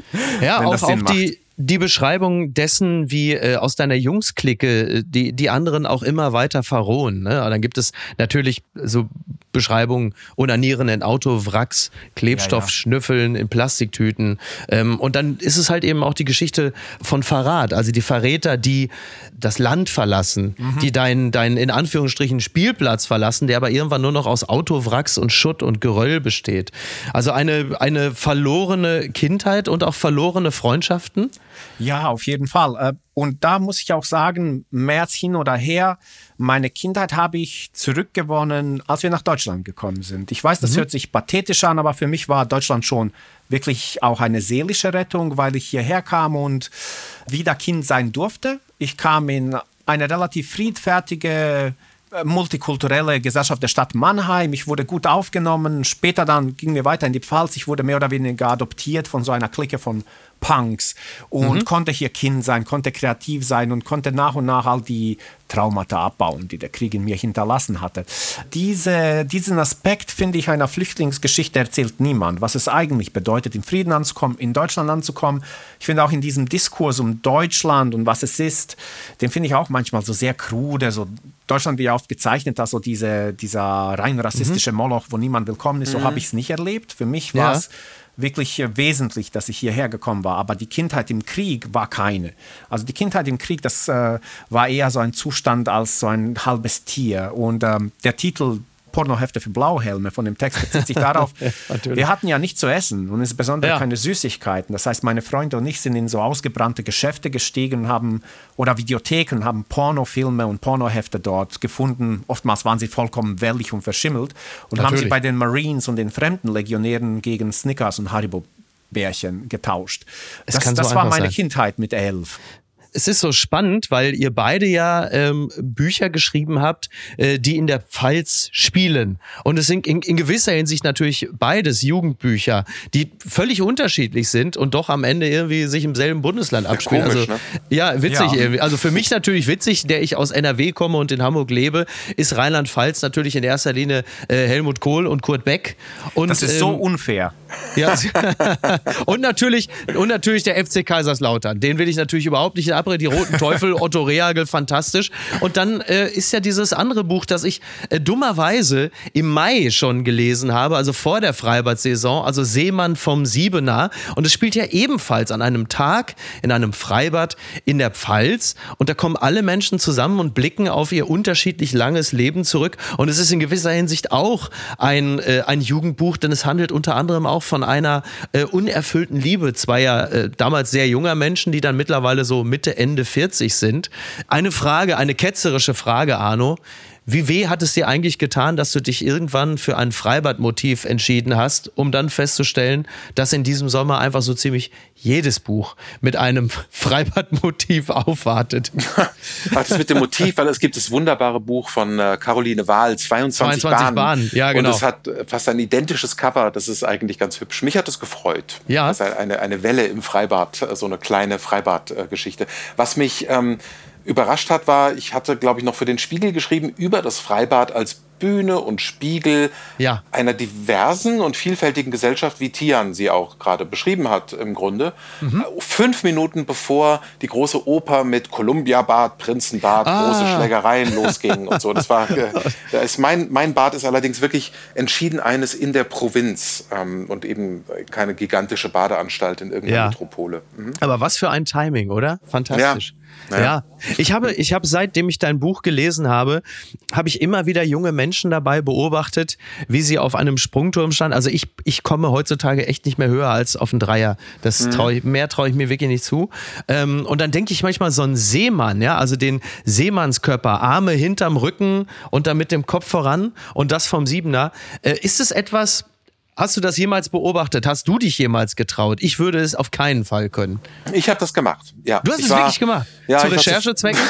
Ja, auch, auch die, die Beschreibung dessen, wie äh, aus deiner Jungs-Clique die, die anderen auch immer weiter verrohen. Ne? Aber dann gibt es natürlich so Beschreibungen, Onanieren in Autowracks, Klebstoff ja, ja. schnüffeln in Plastiktüten. Ähm, und dann ist es halt eben auch die Geschichte von Verrat, also die Verräter, die das Land verlassen, mhm. die deinen, dein, in Anführungsstrichen, Spielplatz verlassen, der aber irgendwann nur noch aus Autowracks und Schutt und Geröll besteht. Also eine, eine verlorene Kindheit und auch verlorene Freundschaften.
Ja, auf jeden Fall. Und da muss ich auch sagen, März hin oder her, meine Kindheit habe ich zurückgewonnen, als wir nach Deutschland gekommen sind. Ich weiß, das mhm. hört sich pathetisch an, aber für mich war Deutschland schon wirklich auch eine seelische Rettung, weil ich hierher kam und wieder Kind sein durfte. Ich kam in eine relativ friedfertige, multikulturelle Gesellschaft der Stadt Mannheim. Ich wurde gut aufgenommen. Später dann gingen wir weiter in die Pfalz. Ich wurde mehr oder weniger adoptiert von so einer Clique von Punks und mhm. konnte hier Kind sein, konnte kreativ sein und konnte nach und nach all die Traumata abbauen, die der Krieg in mir hinterlassen hatte. Diese, diesen Aspekt, finde ich, einer Flüchtlingsgeschichte erzählt niemand, was es eigentlich bedeutet, in Frieden anzukommen, in Deutschland anzukommen. Ich finde auch in diesem Diskurs um Deutschland und was es ist, den finde ich auch manchmal so sehr krude, so Deutschland wird ja oft gezeichnet als so diese, dieser rein rassistische mhm. Moloch, wo niemand willkommen ist. So mhm. habe ich es nicht erlebt. Für mich war es ja. wirklich wesentlich, dass ich hierher gekommen war. Aber die Kindheit im Krieg war keine. Also die Kindheit im Krieg, das äh, war eher so ein Zustand als so ein halbes Tier. Und ähm, der Titel Pornohefte für Blauhelme von dem Text bezieht sich darauf, ja, wir hatten ja nichts zu essen und insbesondere ja. keine Süßigkeiten. Das heißt, meine Freunde und ich sind in so ausgebrannte Geschäfte gestiegen und haben, oder Videotheken, haben Pornofilme und Pornohefte dort gefunden. Oftmals waren sie vollkommen wellig und verschimmelt und Natürlich. haben sie bei den Marines und den fremden Legionären gegen Snickers und Haribo-Bärchen getauscht. Das, das, das so war meine sein. Kindheit mit elf.
Es ist so spannend, weil ihr beide ja ähm, Bücher geschrieben habt, äh, die in der Pfalz spielen. Und es sind in, in gewisser Hinsicht natürlich beides Jugendbücher, die völlig unterschiedlich sind und doch am Ende irgendwie sich im selben Bundesland abspielen. Ja, komisch, also, ne? ja witzig ja. irgendwie. Also für mich natürlich witzig, der ich aus N R W komme und in Hamburg lebe, ist Rheinland-Pfalz natürlich in erster Linie äh, Helmut Kohl und Kurt Beck. Und,
das ist ähm, so unfair.
Ja. und, natürlich, und natürlich der F C Kaiserslautern. Den will ich natürlich überhaupt nicht abreden. Die Roten Teufel, Otto Rehagel, fantastisch. Und dann äh, ist ja dieses andere Buch, das ich äh, dummerweise im Mai schon gelesen habe, also vor der Freibad-Saison, also Seemann vom Siebener. Und es spielt ja ebenfalls an einem Tag in einem Freibad in der Pfalz. Und da kommen alle Menschen zusammen und blicken auf ihr unterschiedlich langes Leben zurück. Und es ist in gewisser Hinsicht auch ein, äh, ein Jugendbuch, denn es handelt unter anderem auch von einer äh, unerfüllten Liebe zweier äh, damals sehr junger Menschen, die dann mittlerweile so Mitte Mitte, Ende vierzig sind. Eine Frage, eine ketzerische Frage, Arno. Wie weh hat es dir eigentlich getan, dass du dich irgendwann für ein Freibadmotiv entschieden hast, um dann festzustellen, dass in diesem Sommer einfach so ziemlich jedes Buch mit einem Freibadmotiv aufwartet?
Das mit dem Motiv, weil es gibt das wunderbare Buch von äh, Caroline Wahl, zweiundzwanzig, zweiundzwanzig Bahnen. Bahnen. Ja, genau. Und es hat fast ein identisches Cover, das ist eigentlich ganz hübsch. Mich hat es gefreut.
Ja.
Das ist eine, eine Welle im Freibad, so eine kleine Freibadgeschichte. Was mich ähm, überrascht hat, war, ich hatte, glaube ich, noch für den Spiegel geschrieben, über das Freibad als Bühne und Spiegel
ja.
einer diversen und vielfältigen Gesellschaft, wie Tian sie auch gerade beschrieben hat im Grunde. Mhm. Fünf Minuten bevor die große Oper mit Columbia-Bad, Prinzenbad, ah. große Schlägereien losging und so. Das war, äh, da ist mein, mein Bad ist allerdings wirklich entschieden eines in der Provinz ähm, und eben keine gigantische Badeanstalt in irgendeiner
ja.
Metropole. Mhm.
Aber was für ein Timing, oder? Fantastisch.
Ja.
Ja. ja, ich habe, ich habe seitdem ich dein Buch gelesen habe, habe ich immer wieder junge Menschen dabei beobachtet, wie sie auf einem Sprungturm standen. Also ich, ich komme heutzutage echt nicht mehr höher als auf einen Dreier. Das mhm. trau ich, mehr traue ich mir wirklich nicht zu. Ähm, und dann denke ich manchmal so ein Seemann, ja, also den Seemannskörper, Arme hinterm Rücken und dann mit dem Kopf voran und das vom Siebener. Äh, ist es etwas? Hast du das jemals beobachtet? Hast du dich jemals getraut? Ich würde es auf keinen Fall können.
Ich habe das gemacht, ja.
Du hast
ich
es
war,
wirklich gemacht?
Ja,
zu Recherchezwecken?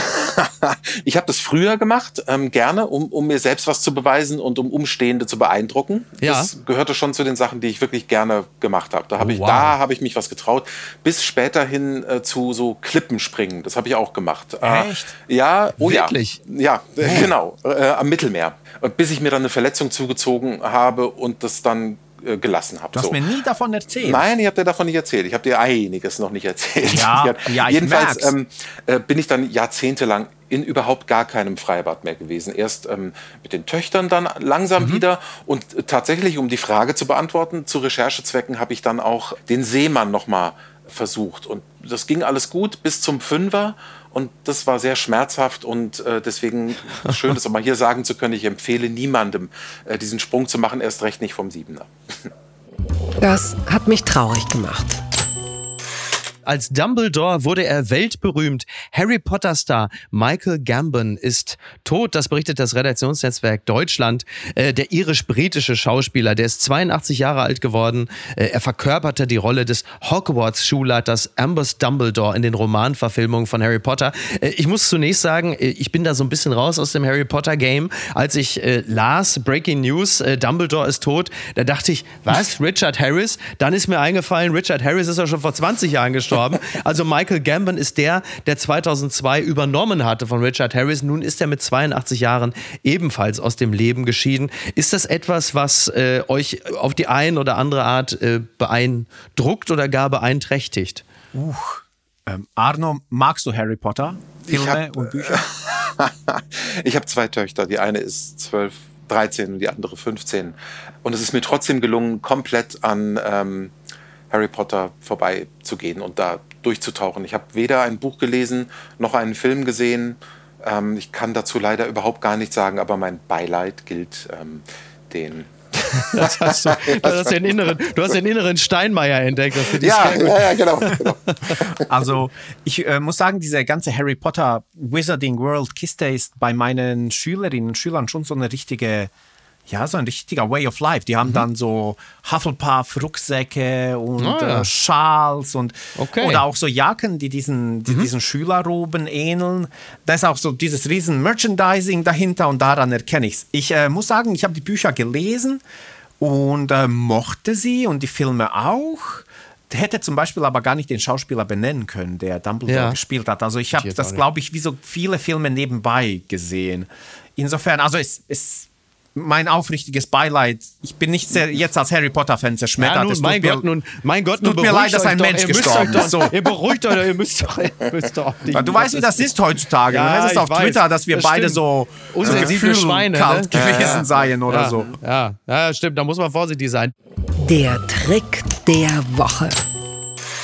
Ich habe das früher gemacht, ähm, gerne, um, um mir selbst was zu beweisen und um Umstehende zu beeindrucken.
Ja.
Das gehörte schon zu den Sachen, die ich wirklich gerne gemacht habe. Da habe
oh,
ich,
wow.
da habe ich mich was getraut. Bis später hin äh, zu so Klippenspringen. Das habe ich auch gemacht.
Echt?
Äh, ja, oh
wirklich?
Ja, ja äh, genau, äh, am Mittelmeer. Bis ich mir dann eine Verletzung zugezogen habe und das dann gelassen habe.
Du hast
so.
mir nie davon erzählt.
Nein, ich habe dir davon nicht erzählt. Ich habe dir einiges noch nicht erzählt.
Ja, ja, ich
Jedenfalls ähm, äh, bin ich dann jahrzehntelang in überhaupt gar keinem Freibad mehr gewesen. Erst ähm, mit den Töchtern dann langsam mhm. wieder. Und äh, tatsächlich, um die Frage zu beantworten, zu Recherchezwecken habe ich dann auch den Seemann noch mal versucht. Und das ging alles gut bis zum Fünfer. Und das war sehr schmerzhaft und äh, deswegen schön, das auch mal hier sagen zu können. Ich empfehle niemandem, äh, diesen Sprung zu machen, erst recht nicht vom Siebener.
Das hat mich traurig gemacht.
Als Dumbledore wurde er weltberühmt. Harry Potter-Star Michael Gambon ist tot. Das berichtet das Redaktionsnetzwerk Deutschland. Äh, der irisch-britische Schauspieler, der ist zweiundachtzig Jahre alt geworden. Äh, er verkörperte die Rolle des Hogwarts-Schulleiters Albus Dumbledore in den Romanverfilmungen von Harry Potter. Äh, ich muss zunächst sagen, äh, ich bin da so ein bisschen raus aus dem Harry Potter-Game. Als ich äh, las, Breaking News, äh, Dumbledore ist tot, da dachte ich, was, Richard Harris? Dann ist mir eingefallen, Richard Harris ist ja schon vor zwanzig Jahren gestorben. Also Michael Gambon ist der, der zweitausendzwei übernommen hatte von Richard Harris. Nun ist er mit zweiundachtzig Jahren ebenfalls aus dem Leben geschieden. Ist das etwas, was äh, euch auf die eine oder andere Art äh, beeindruckt oder gar beeinträchtigt?
Uh, ähm, Arno, magst du Harry Potter? Filme
hab,
und Bücher?
Ich habe zwei Töchter. Die eine ist zwölf, dreizehn und die andere fünfzehn. Und es ist mir trotzdem gelungen, komplett an ähm, Harry Potter vorbeizugehen und da durchzutauchen. Ich habe weder ein Buch gelesen, noch einen Film gesehen. Ähm, ich kann dazu leider überhaupt gar nichts sagen, aber mein Beileid gilt ähm, den...
Das hast du, du, hast den inneren, du hast den inneren Steinmeier entdeckt. Das
ja, ja, ja, genau. genau.
Also ich äh, muss sagen, diese ganze Harry Potter Wizarding World Kiste ist bei meinen Schülerinnen und Schülern schon so eine richtige... Ja, so ein richtiger Way of Life. Die haben mhm. dann so Hufflepuff-Rucksäcke und oh, ja. äh, Schals und
okay.
oder auch so Jacken, die diesen, die mhm. diesen Schülerroben ähneln. Da ist auch so dieses riesen Merchandising dahinter und daran erkenne ich es. Ich äh, muss sagen, ich habe die Bücher gelesen und äh, mochte sie und die Filme auch. Hätte zum Beispiel aber gar nicht den Schauspieler benennen können, der Dumbledore ja. gespielt hat. Also ich habe das, glaube ich, wie so viele Filme nebenbei gesehen. Insofern, also es ist mein aufrichtiges Beileid. Ich bin nicht sehr, jetzt als Harry Potter-Fan zerschmettert.
Ja, nun, mein,
mir,
Gott, nun, mein Gott, nun
tut mir leid, dass ein Mensch
doch,
gestorben ist.
So. Ihr beruhigt euch, ihr müsst doch, ihr müsst doch nicht.
Du weißt, wie das ist heutzutage. Ja, du weißt es auf weiß. Twitter, dass wir das beide stimmt. so
unsensible Schweine
kalt ne? gewesen ja, ja. seien oder
ja,
so.
Ja, ja, stimmt. Da muss man vorsichtig sein.
Der Trick der Woche.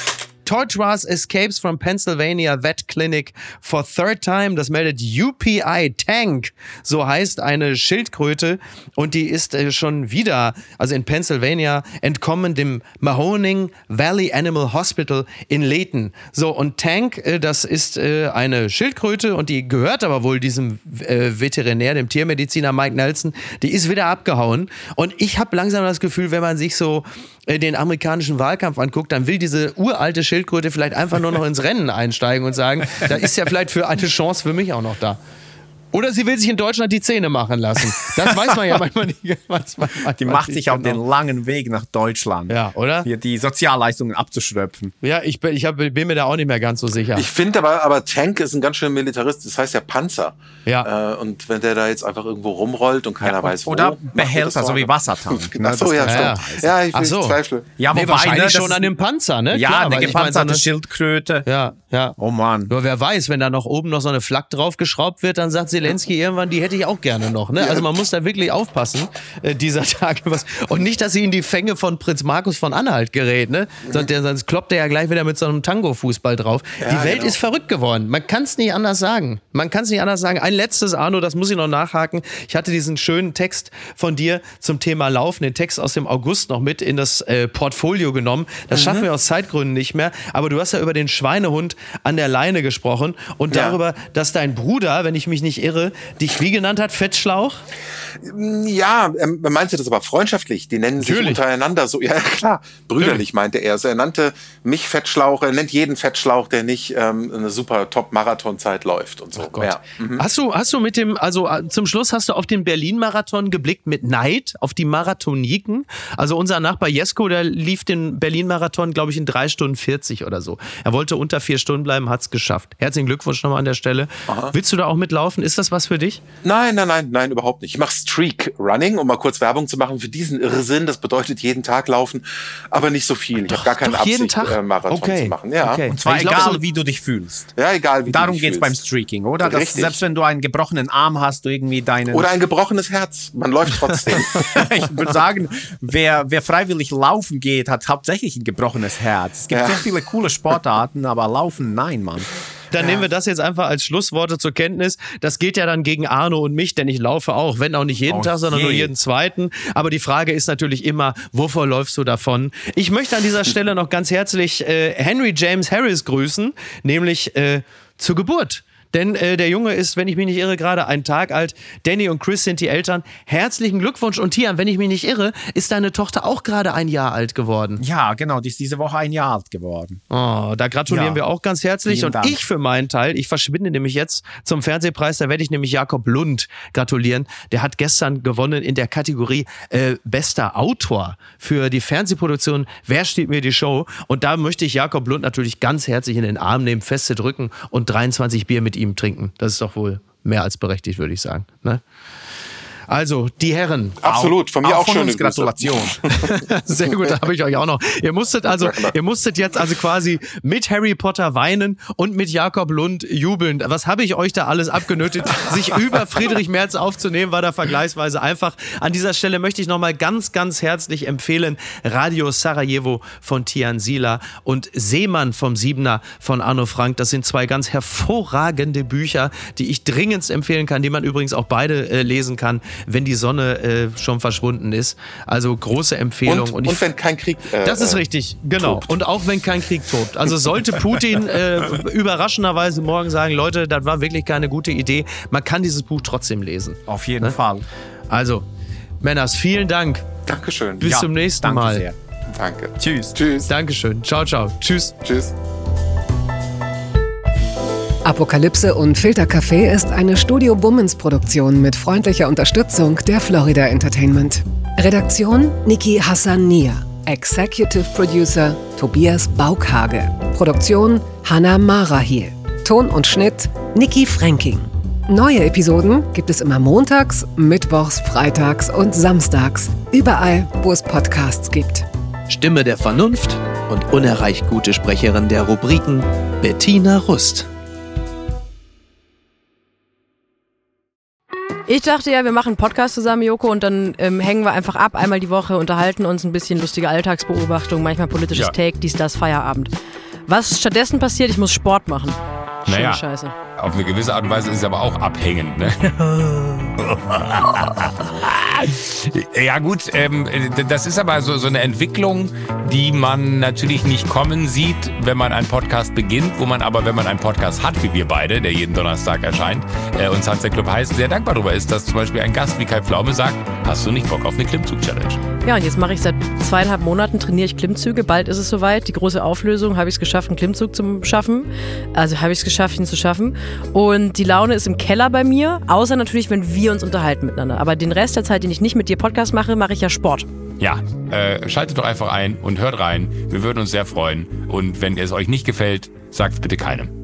Tortoise escapes from Pennsylvania Vet Clinic for third time. Das meldet U P I Tank. So heißt eine Schildkröte. Und die ist äh, schon wieder, also in Pennsylvania, entkommen dem Mahoning Valley Animal Hospital in Layton. So, und Tank, äh, das ist äh, eine Schildkröte und die gehört aber wohl diesem äh, Veterinär, dem Tiermediziner Mike Nelson. Die ist wieder abgehauen. Und ich habe langsam das Gefühl, wenn man sich so äh, den amerikanischen Wahlkampf anguckt, dann will diese uralte Schildkröte vielleicht einfach nur noch ins Rennen einsteigen und sagen, da ist ja vielleicht für eine Chance für mich auch noch da. Oder sie will sich in Deutschland die Zähne machen lassen. Das weiß man ja manchmal nicht. Weiß man manchmal
die macht
nicht
sich auf
genau.
den langen Weg nach Deutschland.
Ja, oder?
Hier die Sozialleistungen abzuschröpfen.
Ja, ich, bin, ich hab, bin mir da auch nicht mehr ganz so sicher.
Ich finde aber, aber Tank ist ein ganz schöner Militarist, das heißt ja Panzer.
Ja.
Äh, und wenn der da jetzt einfach irgendwo rumrollt und keiner
Ja,
weiß, wo.
oder Behälter, so wie Wassertank. Ne?
Ach so, ja,
ja.
stimmt. Ja, ich,
Ach so.
ich zweifle.
Ja,
nee,
wobei,
wahrscheinlich
ne, das
schon an dem Panzer, ne?
Ja,
Klar,
eine
weil ich
gepanzerte
meine, so eine,
Schildkröte.
Ja, ja.
Oh Mann.
Nur wer weiß, wenn da noch oben noch so eine Flak draufgeschraubt wird, dann sagt Zelensky irgendwann, die hätte ich auch gerne noch. Ne? Also man muss da wirklich aufpassen, äh, dieser Tage. Was. Und nicht, dass sie in die Fänge von Prinz Markus von Anhalt gerät. Ne? Sonst, sonst kloppt er ja gleich wieder mit so einem Tango-Fußball drauf.
Ja,
die Welt
genau.
ist verrückt geworden. Man kann es nicht anders sagen. Man kann es nicht anders sagen. Ein letztes, Arno, das muss ich noch nachhaken. Ich hatte diesen schönen Text von dir zum Thema Laufen, den Text aus dem August noch mit in das äh, Portfolio genommen. Das mhm. schaffen wir aus Zeitgründen nicht mehr. Aber du hast ja über den Schweinehund an der Leine gesprochen und
Ja.
darüber, dass dein Bruder, wenn ich mich nicht irre, dich wie genannt hat? Fettschlauch?
Ja, ähm, er meinte das aber freundschaftlich. Die nennen
Natürlich.
sich untereinander so. Ja, klar. Brüderlich meinte er. Also er nannte mich Fettschlauch. Er nennt jeden Fettschlauch, der nicht ähm, eine super Top-Marathonzeit läuft und so.
Oh Gott.
Ja. Mhm.
Hast du, hast du mit dem, also äh, zum Schluss hast du auf den Berlin-Marathon geblickt mit Neid, auf die Marathoniken. Also unser Nachbar Jesko, der lief den Berlin-Marathon, glaube ich, in drei Stunden vierzig oder so. Er wollte unter vier Stunden bleiben, hat's geschafft. Herzlichen Glückwunsch nochmal an der Stelle.
Aha.
Willst du da auch mitlaufen? Ist das was für dich?
Nein, nein, nein, nein, überhaupt nicht. Ich mache Streak Running, um mal kurz Werbung zu machen für diesen Irrsinn. Das bedeutet jeden Tag laufen, aber nicht so viel. Ich habe gar keine
doch, jeden
Absicht,
Tag?
äh, Marathon
Okay.
zu machen. Ja.
Okay.
Und zwar
Ich glaub,
egal,
so-
wie du dich fühlst.
Ja, egal wie
Darum
du dich
geht's
fühlst.
beim Streaking, oder? Dass
Richtig.
selbst wenn du einen gebrochenen Arm hast, du irgendwie deinen...
Oder ein gebrochenes Herz. Man läuft trotzdem.
Ich würde sagen, wer, wer freiwillig laufen geht, hat hauptsächlich ein gebrochenes Herz. Es gibt
Ja.
so viele coole Sportarten, aber laufen, nein, Mann.
Dann nehmen wir das jetzt einfach als Schlussworte zur Kenntnis. Das geht ja dann gegen Arno und mich, denn ich laufe auch, wenn auch nicht jeden
Oh
Tag, sondern
je.
nur jeden zweiten. Aber die Frage ist natürlich immer, wovor läufst du davon? Ich möchte an dieser Stelle noch ganz herzlich äh, Henry James Harris grüßen, nämlich äh, zur Geburt. Denn äh, der Junge ist, wenn ich mich nicht irre, gerade einen Tag alt. Danny und Chris sind die Eltern. Herzlichen Glückwunsch. Und Tian, wenn ich mich nicht irre, ist deine Tochter auch gerade ein Jahr alt geworden.
Ja, genau, die ist diese Woche ein Jahr alt geworden.
Oh, da gratulieren
Ja.
wir auch ganz herzlich.
Vielen
Und
Dank.
ich für meinen Teil, ich verschwinde nämlich jetzt zum Fernsehpreis, da werde ich nämlich Jakob Lund gratulieren. Der hat gestern gewonnen in der Kategorie äh, bester Autor für die Fernsehproduktion Wer stiehlt mir die Show? Und da möchte ich Jakob Lund natürlich ganz herzlich in den Arm nehmen, feste drücken und dreiundzwanzig Bier mit ihm trinken. Das ist doch wohl mehr als berechtigt, würde ich sagen. Ne? Also, die Herren.
Absolut, von mir auch,
von
schöne
uns Gratulation.
Sehr gut, da habe ich euch auch noch. Ihr musstet also, ihr musstet jetzt also quasi mit Harry Potter weinen und mit Jakob Lund jubeln. Was habe ich euch da alles abgenötigt? Sich über Friedrich Merz aufzunehmen, war da vergleichsweise einfach. An dieser Stelle möchte ich nochmal ganz, ganz herzlich empfehlen, Radio Sarajevo von Tian Sila und Seemann vom Siebener von Arno Frank. Das sind zwei ganz hervorragende Bücher, die ich dringendst empfehlen kann, die man übrigens auch beide äh, lesen kann, wenn die Sonne äh, schon verschwunden ist. Also große Empfehlung.
Und, und,
ich,
wenn kein Krieg äh,
das ist richtig, genau.
tobt.
Und auch wenn kein Krieg tobt. Also sollte Putin äh, überraschenderweise morgen sagen, Leute, das war wirklich keine gute Idee, man kann dieses Buch trotzdem lesen.
Auf jeden Fall.
Also, Männers, vielen Dank.
Dankeschön.
Bis
Ja,
zum nächsten
danke
Mal.
sehr.
Danke.
Tschüss.
Tschüss.
Dankeschön. Ciao, ciao. Tschüss.
Tschüss.
Apokalypse und Filtercafé ist eine Studio Bummens Produktion mit freundlicher Unterstützung der Florida Entertainment. Redaktion Niki Hassania. Executive Producer Tobias Baukhage. Produktion Hannah Marahiel. Ton und Schnitt Niki Fränking. Neue Episoden gibt es immer montags, mittwochs, freitags und samstags. Überall, wo es Podcasts gibt.
Stimme der Vernunft und unerreicht gute Sprecherin der Rubriken Bettina Rust.
Ich dachte ja, wir machen einen Podcast zusammen, Joko, und dann ähm, hängen wir einfach ab, einmal die Woche, unterhalten uns ein bisschen lustige Alltagsbeobachtung, manchmal politisches
Ja.
Take, dies, das, Feierabend. Was stattdessen passiert, ich muss Sport machen. Schöne
Naja.
Scheiße.
Auf eine gewisse Art und Weise ist es aber auch abhängend, ne? Ja gut, ähm, das ist aber so, so eine Entwicklung, die man natürlich nicht kommen sieht, wenn man einen Podcast beginnt, wo man aber, wenn man einen Podcast hat, wie wir beide, der jeden Donnerstag erscheint, äh, und Sunset Club heißt, sehr dankbar darüber ist, dass zum Beispiel ein Gast wie Kai Pflaume sagt, hast du nicht Bock auf eine Klimmzug-Challenge?
Ja, und jetzt mache ich seit zweieinhalb Monaten, trainiere ich Klimmzüge. Bald ist es soweit. Die große Auflösung, habe ich es geschafft, einen Klimmzug zu schaffen. Also habe ich es geschafft, ihn zu schaffen. Und die Laune ist im Keller bei mir, außer natürlich, wenn wir uns unterhalten miteinander. Aber den Rest der Zeit, den ich nicht mit dir Podcast mache, mache ich ja Sport.
Ja, äh, schaltet doch einfach ein und hört rein. Wir würden uns sehr freuen. Und wenn es euch nicht gefällt, sagt es bitte keinem.